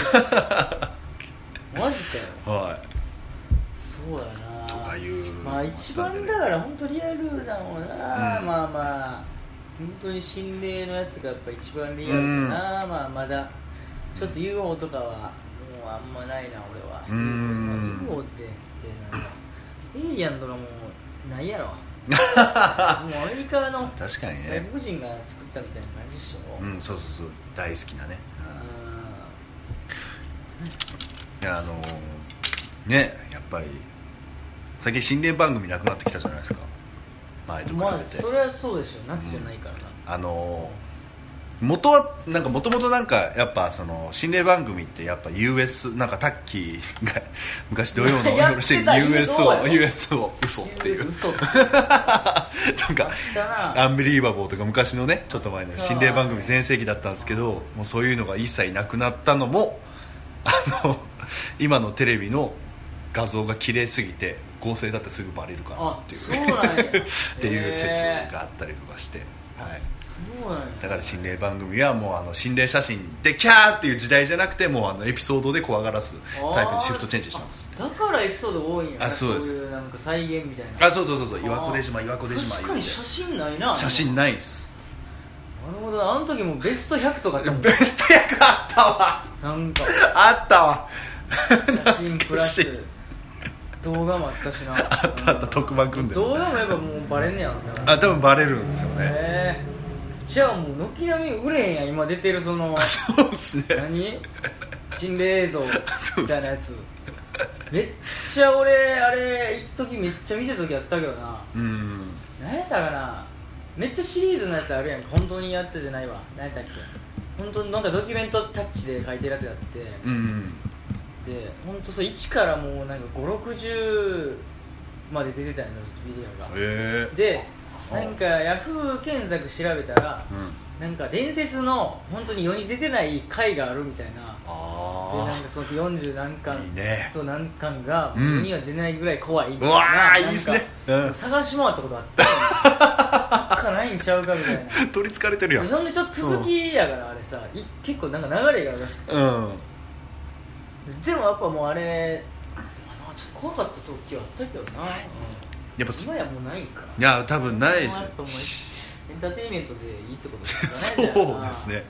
マジかよ。 はい、 そうやなとかいうまあ一番だから本当リアルなのはな、うん、まあまあ本当に心霊のやつがやっぱ一番リアルだな、うん、まあまだちょっと ユーフォー とかはもうあんまないな俺は。うん ユーフォー ってなんかエイリアンとかもないやろもうアメリカの確かにね外国人が作ったみたいな感じでしょ。 うんそうそうそう大好きなね。いやあのー、ねやっぱり最近心霊番組なくなってきたじゃないですか、前と比べて。まあそれはそうでしょ、夏じゃないからな、 うん、あのー、元はなんか元々なんかやっぱその心霊番組ってやっぱ ユーエス なんかタッキーが昔土曜の夜して ユーエス を ユーエス を嘘っていう嘘なんかアンビリーバボーとか昔のねちょっと前の心霊番組全盛期だったんですけど、もうそういうのが一切なくなったのもあの今のテレビの画像が綺麗すぎて合成だってすぐバレるかなっていう、 そうなんやっていう説があったりとかして、はい、そうなんや。だから心霊番組はもうあの心霊写真でキャーっていう時代じゃなくて、もうあのエピソードで怖がらすタイプにシフトチェンジしたんです。 だからエピソード多いんや。 あそうです。 そういうなんか再現みたいな。 あそうそうそうそう、岩子出島岩子出島。 確かに写真ないな。 写真ないっす。 なるほど、あの時もベストひゃくとかあったもん。 ベストひゃくあったわ。 なんかあったわ。 写真プラス動画もあったしな。 あったあった、特番組んでる。 動画もやっぱもうバレんねやろ。 あ多分バレるんですよね。 へー、じゃあもう軒並み売れへんやん今出てるそのそうっすね、 何心霊映像みたいなやつめっちゃ俺あれ一時めっちゃ見てた時やったけどな。うん、何やったかな、めっちゃシリーズのやつあるやんか。本当にやったじゃないわ、何やったっけ、本当になんかドキュメントタッチで書いてるやつがあって、うん、で本当そういちからもうなんかごじゅうろくじゅうまで出てたんやなビデオが。へー。でなんかヤフー検索調べたら、うん、なんか伝説の本当に世に出てない回があるみたいな。あでなんかそのよんじゅう何巻と何巻が世には出ないぐらい怖いみたいな、うん、うわーいいっすね、うん、探し回ったことあったかないんちゃうかみたいな取りつかれてるやん。 そんでちょっと続きやからあれさ、い結構なんか流れがあるらしくて、うん、でもやっぱもうあれあのちょっと怖かった時はあったけどな、うん、 やっぱ今やもうないんか。 いや多分ないですよ。エンターテインメントでいいってことですかねそうですね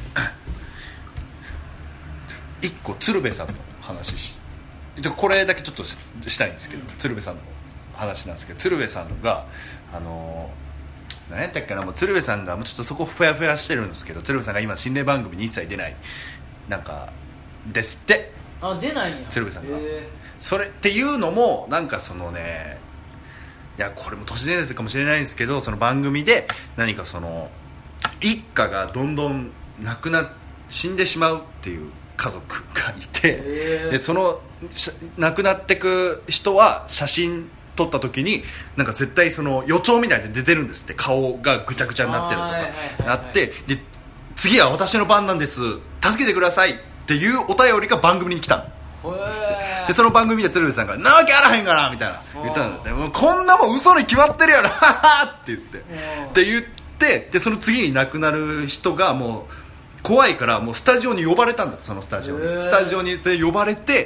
一個鶴瓶さんの話しこれだけちょっと し, したいんですけど、うん、鶴瓶さんの話なんですけど、鶴瓶さんがあのー、何やったっけな、もう鶴瓶さんがもうちょっとそこふやふやしてるんですけど、鶴瓶さんが今心霊番組に一切出ないなんかですって。 あ出ないんや鶴瓶さんが。それっていうのもなんかそのね、いやこれも都市伝説かもしれないんですけど、その番組で何かその一家がどんどん亡くな死んでしまうっていう家族がいて、でその亡くなってく人は写真撮った時になんか絶対その予兆みたいで出てるんですって。顔がぐちゃぐちゃになってるとかなって、で次は私の番なんです助けてくださいっていうお便りが番組に来たの。でその番組で鶴瓶さんが「なわけあらへんがな」みたいな言ったんだって、もうこんなもん嘘に決まってるやろハハって言ってって言って、でその次に亡くなる人がもう怖いからもうスタジオに呼ばれたんだって。そのスタジオにスタジオに呼ばれて、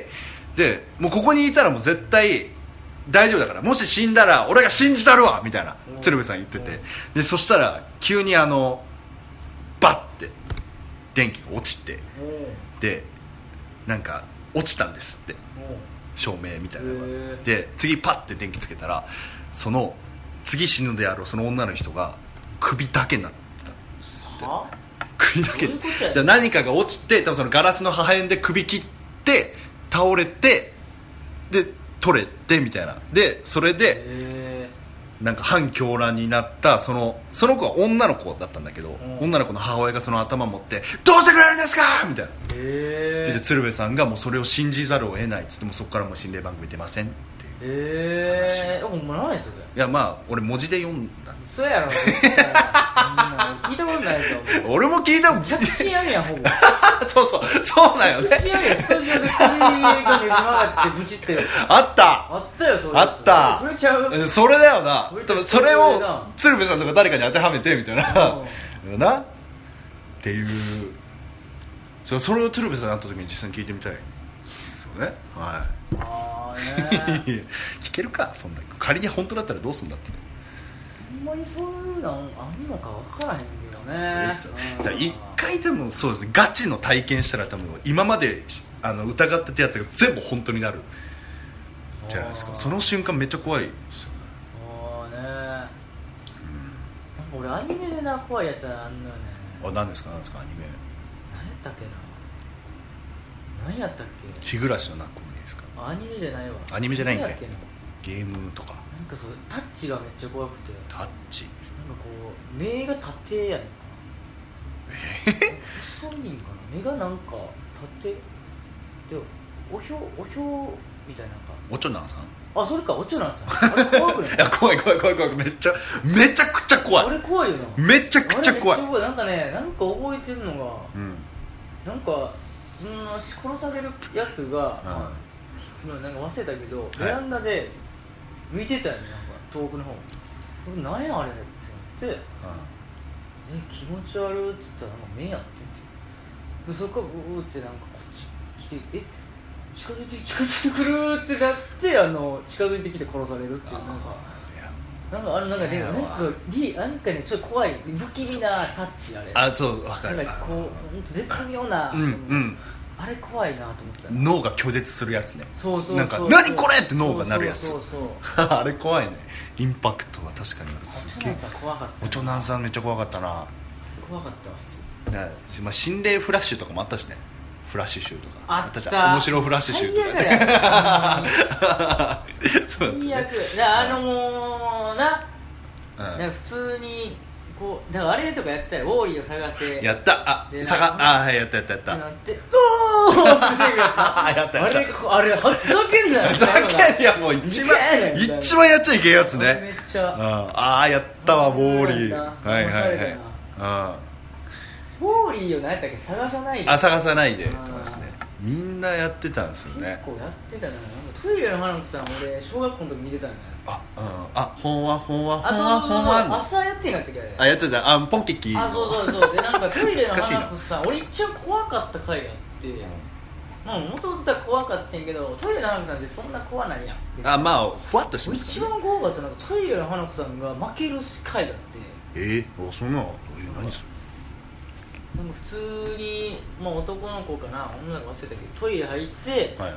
でもうここにいたらもう絶対大丈夫だから、もし死んだら俺が信じたるわみたいな鶴瓶さん言ってて、でそしたら急にあのバッて電気が落ちて、でなんか落ちたんですって照明みたいなのがで、次パッて電気つけたらその次死ぬであろうその女の人が首だけになってたんですって。 は首だけで何かが落ちて、多分そのガラスの破片で首切って倒れて、で取れてみたいな、でそれでなんか反狂乱になったそのその子は女の子だったんだけど、うん、女の子の母親がその頭持ってどうしてくれるんですかみたいな、 へで鶴瓶さんがもうそれを信じざるを得ないっつってもそこからもう心霊番組出ませんっていう話。 へえ、お前何それ。 いやまあ俺文字で読んだ。 そうやろ聞いたことないぞ俺も聞いたもん。 着信やねやほぼそうそうそうなんよね。 着信やねスタジオで首がねじ曲がってブチってあったあったよ。それあったそれちゃうそれだよな。多分それを鶴瓶さんとか誰かに当てはめてみたいななっていう、それそれを鶴瓶さんに会った時に実際に聞いてみたいですよね。はい。 あーね聞けるかそんな。仮に本当だったらどうすんだって。 ほんまにそういうのあんのか分からへんけどね。 そうですよ。じゃあ一回でもそうですね、ガチの体験したら多分今まであの疑ってたやつが全部本当になるじゃないですか。その瞬間めっちゃ怖いですよね。 ああね、うん、なんか俺アニメでな怖いやつあんのよね。 あ、何ですか何ですかアニメ。 何やったっけな。何やったっけ。 日暮らしの泣く子ですか。 アニメじゃないわ。 アニメじゃないんかい。 何やっけな。 ゲームとか。 なんかそうタッチがめっちゃ怖くて。 タッチ。 なんかこう目が縦やねんか。 え細いんかな。目がなんか縦でおひょおひょみたいな。なんかおちょなんさん。 あ、それかおちょなんさん。あれ怖くない。 いや怖い怖い怖い怖い。めっちゃめちゃくちゃ怖い。 あれ怖いよな。 めちゃくちゃ怖い。 あれめっちゃ怖い。なんかね、なんか覚えてるのが、 うん、 なんかそんな殺されるやつが、 うん、 なんか忘れたけど、ベランダで見てたよね。なんか遠くの方。これ何やあれって言って、うん、え気持ち悪いって言ったらなんか目やってて、でそこからブーってなんかこっち来て、え近づいて近づいてくるってなって、あの近づいてきて殺されるっていう、なんかなんかあれなんかね、なんかリなんかねちょっと怖い不気味なタッチ。あれあ、そうわかる。 なんかこう絶妙な、 うんうん、 あれ怖いなと思った。 脳が拒絶するやつね。 そうそうそう、 なんか何これって脳がなるやつ。 そうそうそうあれ怖いね。インパクトは確かにある。すっげえ怖かった。 おちょなんさんめっちゃ怖かったな。 怖かったな、まあ、心霊フラッシュとかもあったしね。フラッシュ集とかあった。 じゃん面白フラッシュ集とか、ね、 最悪だよ最悪だ。あのもうな、うん、なんか普通にこうだからあれとかやったよ。ウォーリーを探せやった。あ探あはいやったやったやったなっておーって出てくるやつあやったやった。 あれあれふざけんなよ。 ふざけんいやもう一番一番やっちゃいけんやつね。 めっちゃ、うん、 ああやったわウォーリー。はいはいはい。あウォーリーを何やったっけ。探さないで。 あ探さないでとかですね。みんなやってたんですよね。 結構やってたな。なんかトイレの花子さん俺小学校の時見てたよね。 あ、うん、あ、ほんわほんわほんわほんわ。 ほんわ朝やってんかったっけあれ。 あ、やってた。あ、ポンキッキー。 あ、そうそうそう。でなんかトイレの花子さん俺一番怖かった回があって、まあもともとは怖かったんやけど、トイレの花子さんってそんな怖ないやん。 あ、まあふわっとしてますから、ね、一番怖かったのがトイレの花子さんが負ける回があって。 えー、あ、そんなの。え、何それ。 でも普通に、まあ、男の子かな女の子忘れたけどトイレ入って、はいはい、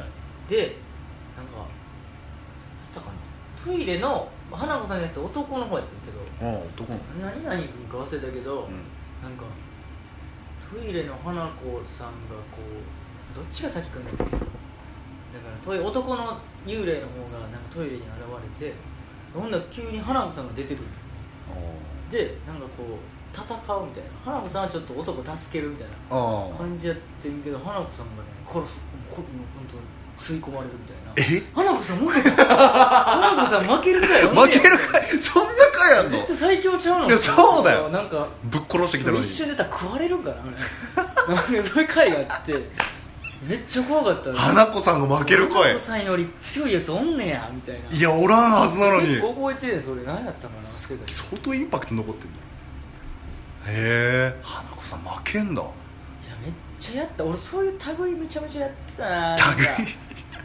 でなんかあったかな、トイレの花子さんじゃなくて男の方やったけど、 ああ男の何々君か忘れたけど、うん、なんかトイレの花子さんがこうどっちが先かね、だからトイレ男の幽霊の方がなんかトイレに現れて、ほんだら急に花子さんが出てくる。でなんかこう戦うみたいな。花子さんはちょっと男助けるみたいな感じやってんけど、花子さんがね殺す、こ本当に吸い込まれるみたいな。え花子さん負けた花子さん負けるかよ。 負けるかい。そんな回あんの。 絶対最強ちゃうの。 いやそうだよ。 なんかぶっ殺してきたのに一瞬出たら食われるんかなあれそういう回があってめっちゃ怖かった。 花子さんが負けるかい。 花子さんより強いやつおんねやみたいな。 いやおらんはずなのに。 結構覚えてる。それ何やったかな。 相当インパクト残ってるんだよ。へえ、花子さん負けんだ。いやめっちゃやった。俺そういう類めちゃめちゃやってたな。 類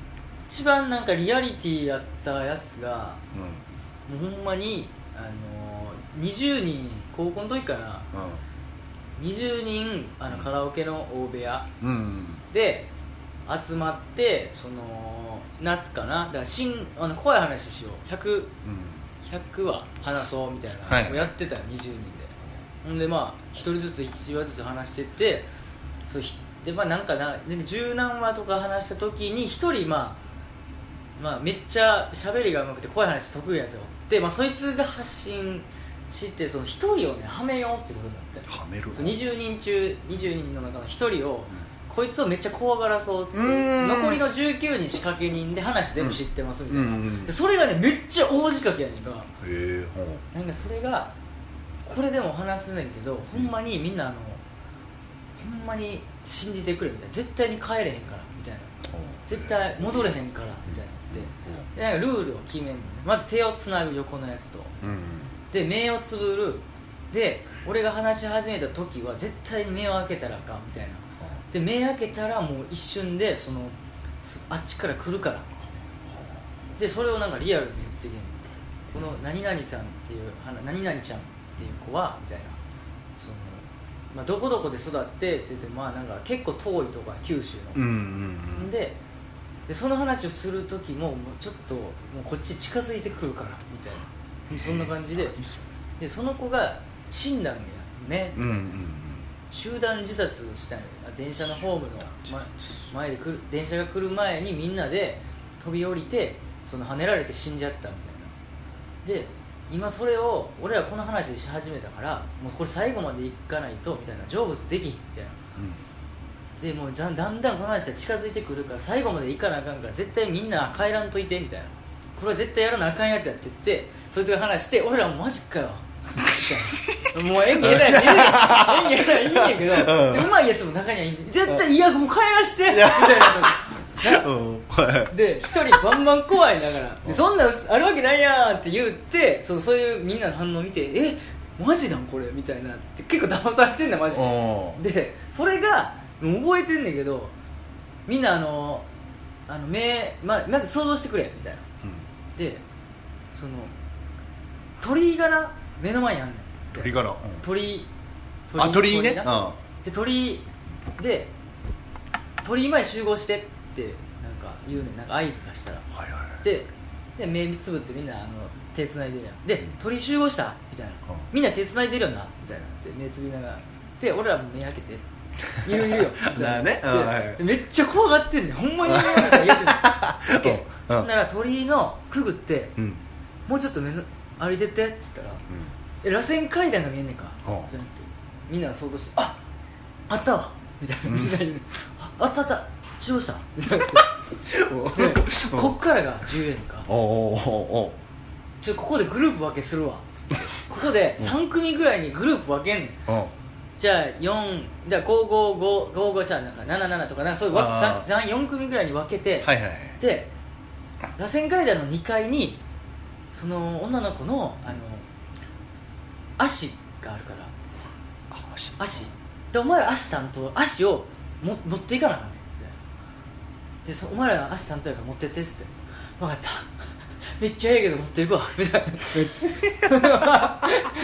一番なんかリアリティやったやつが、 うん、 もうほんまにあのにじゅうにん高校の時かな、うん、にじゅうにんあのカラオケの大部屋で集まって、その夏かな、だから新あの怖い話しよう ひゃく,、うん、ひゃくは話そうみたいなのをやってたよ、はい、にじゅうにんで。ほんでまあひとりずついちわずつ話してってそうで、まあ、なんかな十何話とか話した時にひとり、まあ、まあめっちゃ喋りが上手くて怖い話得意なんですよ。で、まあ、そいつが発信してそのひとりをねはめようってことになって、 はめるそうにじゅうにん中にじゅうにんの中のひとりを、うん、こいつをめっちゃ怖がらそうって残りのじゅうきゅうにん仕掛け人で話全部知ってますみたいな、うんうんうん、でそれがねめっちゃ大仕掛けやねんか。へー、なんかそれがこれでも話すねんけど、ほんまにみんなあのほんまに信じてくれみたいな、絶対に帰れへんからみたいな、絶対戻れへんからみたいなってでなんかルールを決めるのね。まず手をつなぐ横のやつと、うんうん、で目をつぶるで、俺が話し始めた時は絶対に目を開けたらあかんみたいなで、目開けたらもう一瞬でそのあっちから来るからで、それをなんかリアルに言ってきて、この何々ちゃんっていう何々ちゃんっていう子はみたいな、その、まあ、どこどこで育ってって言って、まあなんか結構遠いとか九州の、うんうんうん、で, でその話をする時ももうちょっともうこっち近づいてくるからみたいな、そんな感じで、でその子が死んだんやね、うんうんうん、集団自殺したんや、電車のホームの、ま、前で来る電車が来る前にみんなで飛び降りてその跳ねられて死んじゃったみたいな。で今それを俺らこの話し始めたからもうこれ最後までいかないとみたいな、成仏できひんみたいな、うん、でもうだんだんこの話が近づいてくるから最後までいかなあかんから絶対みんな帰らんといてみたいな、これは絶対やらなあかんやつやって言ってそいつが話して俺らもマジかよもう演技下手や演技下手やいいんやけど、うん、でうまいやつも中にはいいんで絶対いやもう帰らしてみたいなうん、で一人バンバン怖いだからでそんなんあるわけないやんって言ってそのそういうみんなの反応を見てえマジなんこれみたいなって結構騙されてんだマジで。でそれが覚えてんねんけどみんなあのあの目、ま、まず想像してくれみたいな、うん、でその鳥居がな目の前にあんねん鳥居がな、うん、 鳥鳥あ鳥居ね、 うん、で鳥居で鳥居前集合してってなんか言うねん、なんか合図さしたら、はいはい、で, で目つぶってみんなあの手つないでるやんで、うん、鳥居集合したみたいな、うん、みんな手つないでるよなみたいなって目つぶりながらで俺らも目開けているいるよみたいなね、でめっちゃ怖がってんねんほんまにいるよみたいな言ってんねんほんなら鳥居のくぐって、うん、もうちょっと目の歩いてってっつったら、うん、螺旋階段が見えんねんか、うん、じゃなくてみんなが想像してああったわみたいな、みんなに、うん、あ, あったあった集合したみたいなでこっからがじゅうえんかおおおちょここでグループ分けするわつってここでさん組ぐらいにグループ分けんねん、うん、じゃあよんじゃあごごごごごじゃあなんかななななとかなんかそういうさんよん組ぐらいに分けて、はいはい、で螺旋階段のにかいにその女の子のあの足があるからあ 足, 足でお前ら足担当足をも持っていかなあかんねんでそお前ら足担当やから持ってってっつって分かっためっちゃええけど持っていくわみたいな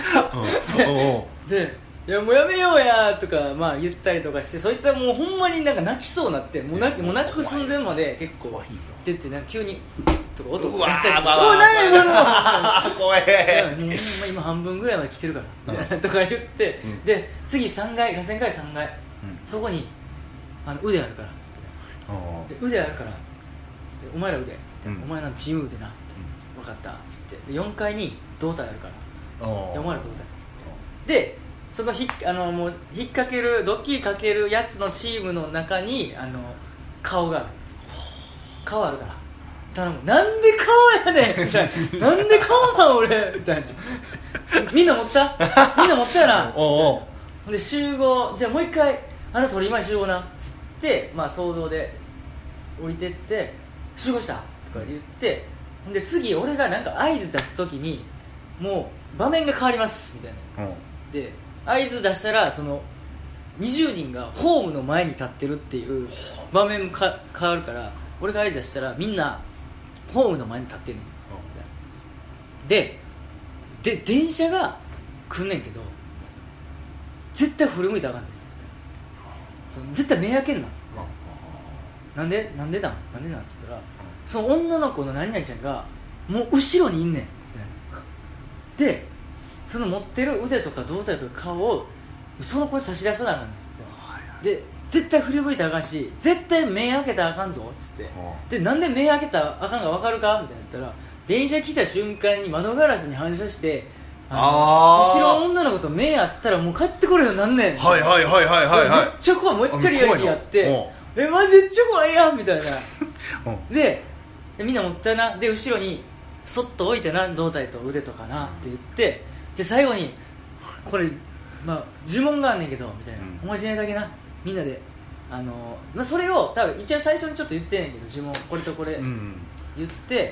でいやもうやめようやとかまあ言ったりとかしてそいつはもうほんまになんか泣きそうになってもう泣もう泣く寸前まで結構出てなんか急にとか音が出しちゃっておい何や今の怖え今半分ぐらいまで来てるからとか言って、うん、で次さんがい螺旋階さんがい、うん、そこにあの腕あるからで腕あるからでお前ら腕、うん、お前らのチーム腕な、うん、分かったっつってでよんかいに胴体あるからでお前ら胴体でそのひあのもう引っ掛けるドッキリかけるやつのチームの中にあの顔がある顔あるから頼むなんで顔やねんみたいななんで顔なん俺みたいなみんな持ったみんな持ったやなおうおうで集合じゃあもう一回あの鳥居前集合なっつって、まあ、想像で降りてって集合したとか言ってで次俺がなんか合図出す時にもう場面が変わりますみたいな、うん、で合図出したらそのにじゅうにんがホームの前に立ってるっていう場面か変わるから俺が合図出したらみんなホームの前に立ってんねん、うん、でで電車が来んねんけど絶対振り向いたらあかんねん、その絶対目開けんの、うん、なんでなんでだなんでなんって言ったら、その女の子の何々ちゃんがもう後ろにいんねんで、その持ってる腕とか胴体とか顔をその子に差し出さなあかんねんで、絶対振り向いたらあかんし絶対目開けたらあかんぞっつって、でなんで目開けたらあかんか分かるかみたいな言ったら、電車来た瞬間に窓ガラスに反射してあの後ろの女の子と目合ったらもう帰ってこれよなんねん、 はいはいはいはいはい、はい、 めっちゃ怖い、めっちゃリアリティやってえマジめっちゃ怖いやんみたいなで, でみんな持ったなで後ろにそっと置いてな胴体と腕とかなって言ってで最後にこれまあ呪文があんねんけどみたいな、うん、おまじないだけなみんなであの、まあ、それを多分一応最初にちょっと言ってんねんけど呪文これとこれ言って、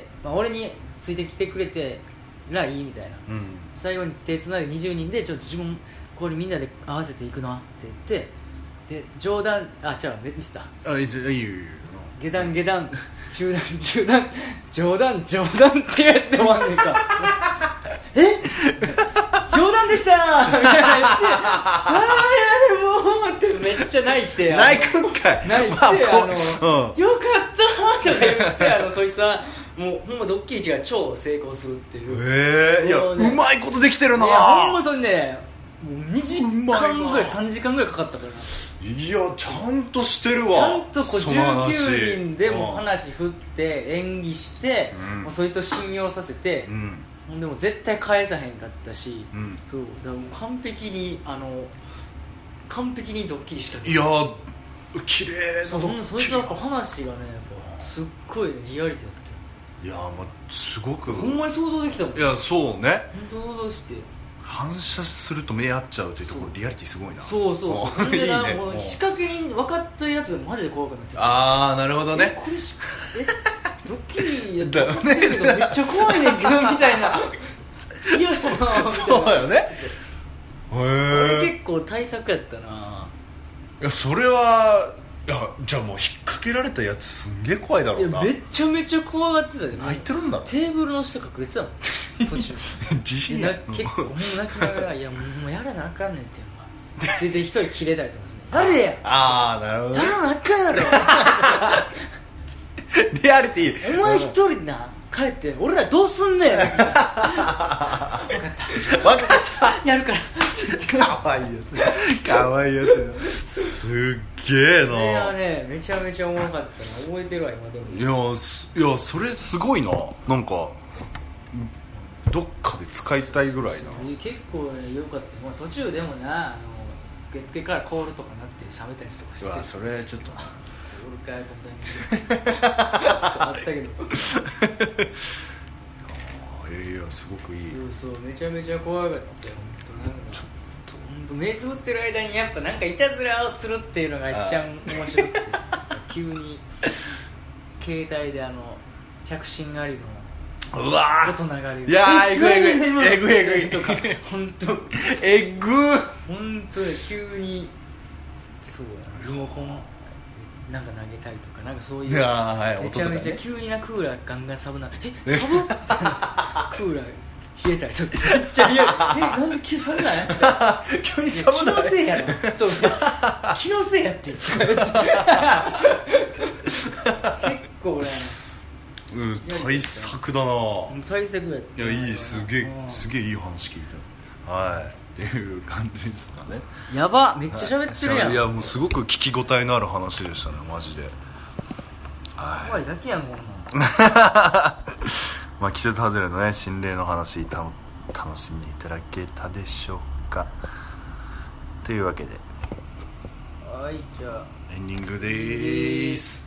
うんまあ、俺についてきてくれてらいいみたいな、うん、最後に手つないでにじゅうにんでちょっと呪文これみんなで合わせていくのって言ってで冗談あ違うミスったあいいよいいよ下段下段中段中段冗談冗談っていうやつで終わんねんかえ冗談でしたみたいな言ってああやでもってめっちゃ泣いて泣くんかい泣いて、まあ、あの、うん、よかったとか言ってあのそいつはもうほんまドッキリが超成功するっていうへえー、いや、ね、うまいことできてるないやほんまそれねもうにじかんぐらいさんじかんぐらいかかったからいやちゃんとしてるわちゃんとこうじゅうきゅうにんでも話振って演技して、うん、もうそいつを信用させて、うんほんでも絶対返さへんかったし、うん、そうだからもう完璧にあの完璧にドッキリしたいやー綺麗なドッキリそいつはやっぱ話がねやっぱすっごい、ね、リアリティあっていやーまあすごくほんまに想像できたもんいやそうね想像して反射すると目合っちゃうというところリアリティすごいなそうそうそうでなもう仕掛けに分かったやつマジで怖くなってああなるほどねえこれしえドッキリやったらめっちゃ怖いねんけどみたいな嫌だなそうよねへえ結構対策やったないやそれはいやじゃあもう引っ掛けられたやつすんげえ怖いだろうないやめちゃめちゃ怖がってたで泣いてるんだろテーブルの下隠れてたもん途中自信や結構もう泣きながらいやもうやらなあかんねんっていうのがでで一人キレたりとかですねやれやああなるほど、ね、 やらなあかんやろリアリティお前一人な帰って俺らどうすんねん分かった分かったやるからかわいいやつかわいいやつすっげえな。 いやねめちゃめちゃおもろかったな覚えてるわ今でも。 いやいやそれすごいななんかどっかで使いたいぐらいな結構ねよかった、まあ、途中でもなあの受付からコールとかなって冷めたりとかしてうわそれちょっと俺か本当にあったけどあいやいやすごくいいそうそうめちゃめちゃ怖かったよ本当なんかちょっと本当目つぶってる間にやっぱなんかいたずらをするっていうのが一番面白くて急に携帯であの着信ありのうわ音流れるいやーえぐいえぐいえぐいえぐいとか本当えぐー本当ね急にそうやリモコンなんか投げたりとかなんかそういういや、はい、 めちゃめちゃ急になクーラーガンガンサブなえサブってなってクーラー冷えたりとかめっちゃ冷えるえなんで急に寒ない急に寒ない気のせいやろそう気のせいやって結構ねうん、対策だな対策やったいやいいすげえすげえいい話聞いたはいっていう感じですかねやばめっちゃ喋ってるやんいやもうすごく聞き応えのある話でしたねマジではい怖いだけやんこんなんまあ季節外れのね心霊の話た楽しんでいただけたでしょうかというわけではいじゃあエンディングでーす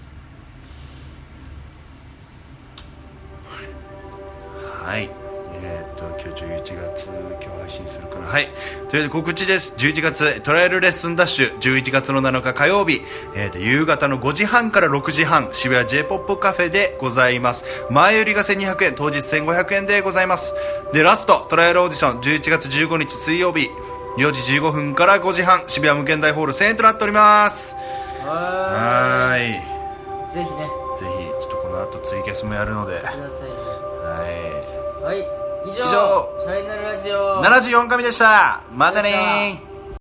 はい、えー、っと今日じゅういちがつ今日配信するからはいというわけで告知ですじゅういちがつトライアルレッスンダッシュじゅういちがつのなのか火曜日、えー、と夕方のごじはんからろくじはん渋谷 J-ポップ カフェでございます前売りがせんにひゃくえん当日せんごひゃくえんでございますでラストトライアルオーディションじゅういちがつじゅうごにち水曜日よじじゅうごふんからごじはん渋谷無限大ホールせんえんとなっておりますはーいぜひねぜひちょっとこの後ツイキャスもやるので、 くださいね。 ははい、以上以上シャイナルラジオい、ななじゅうよんかみでした。またねー。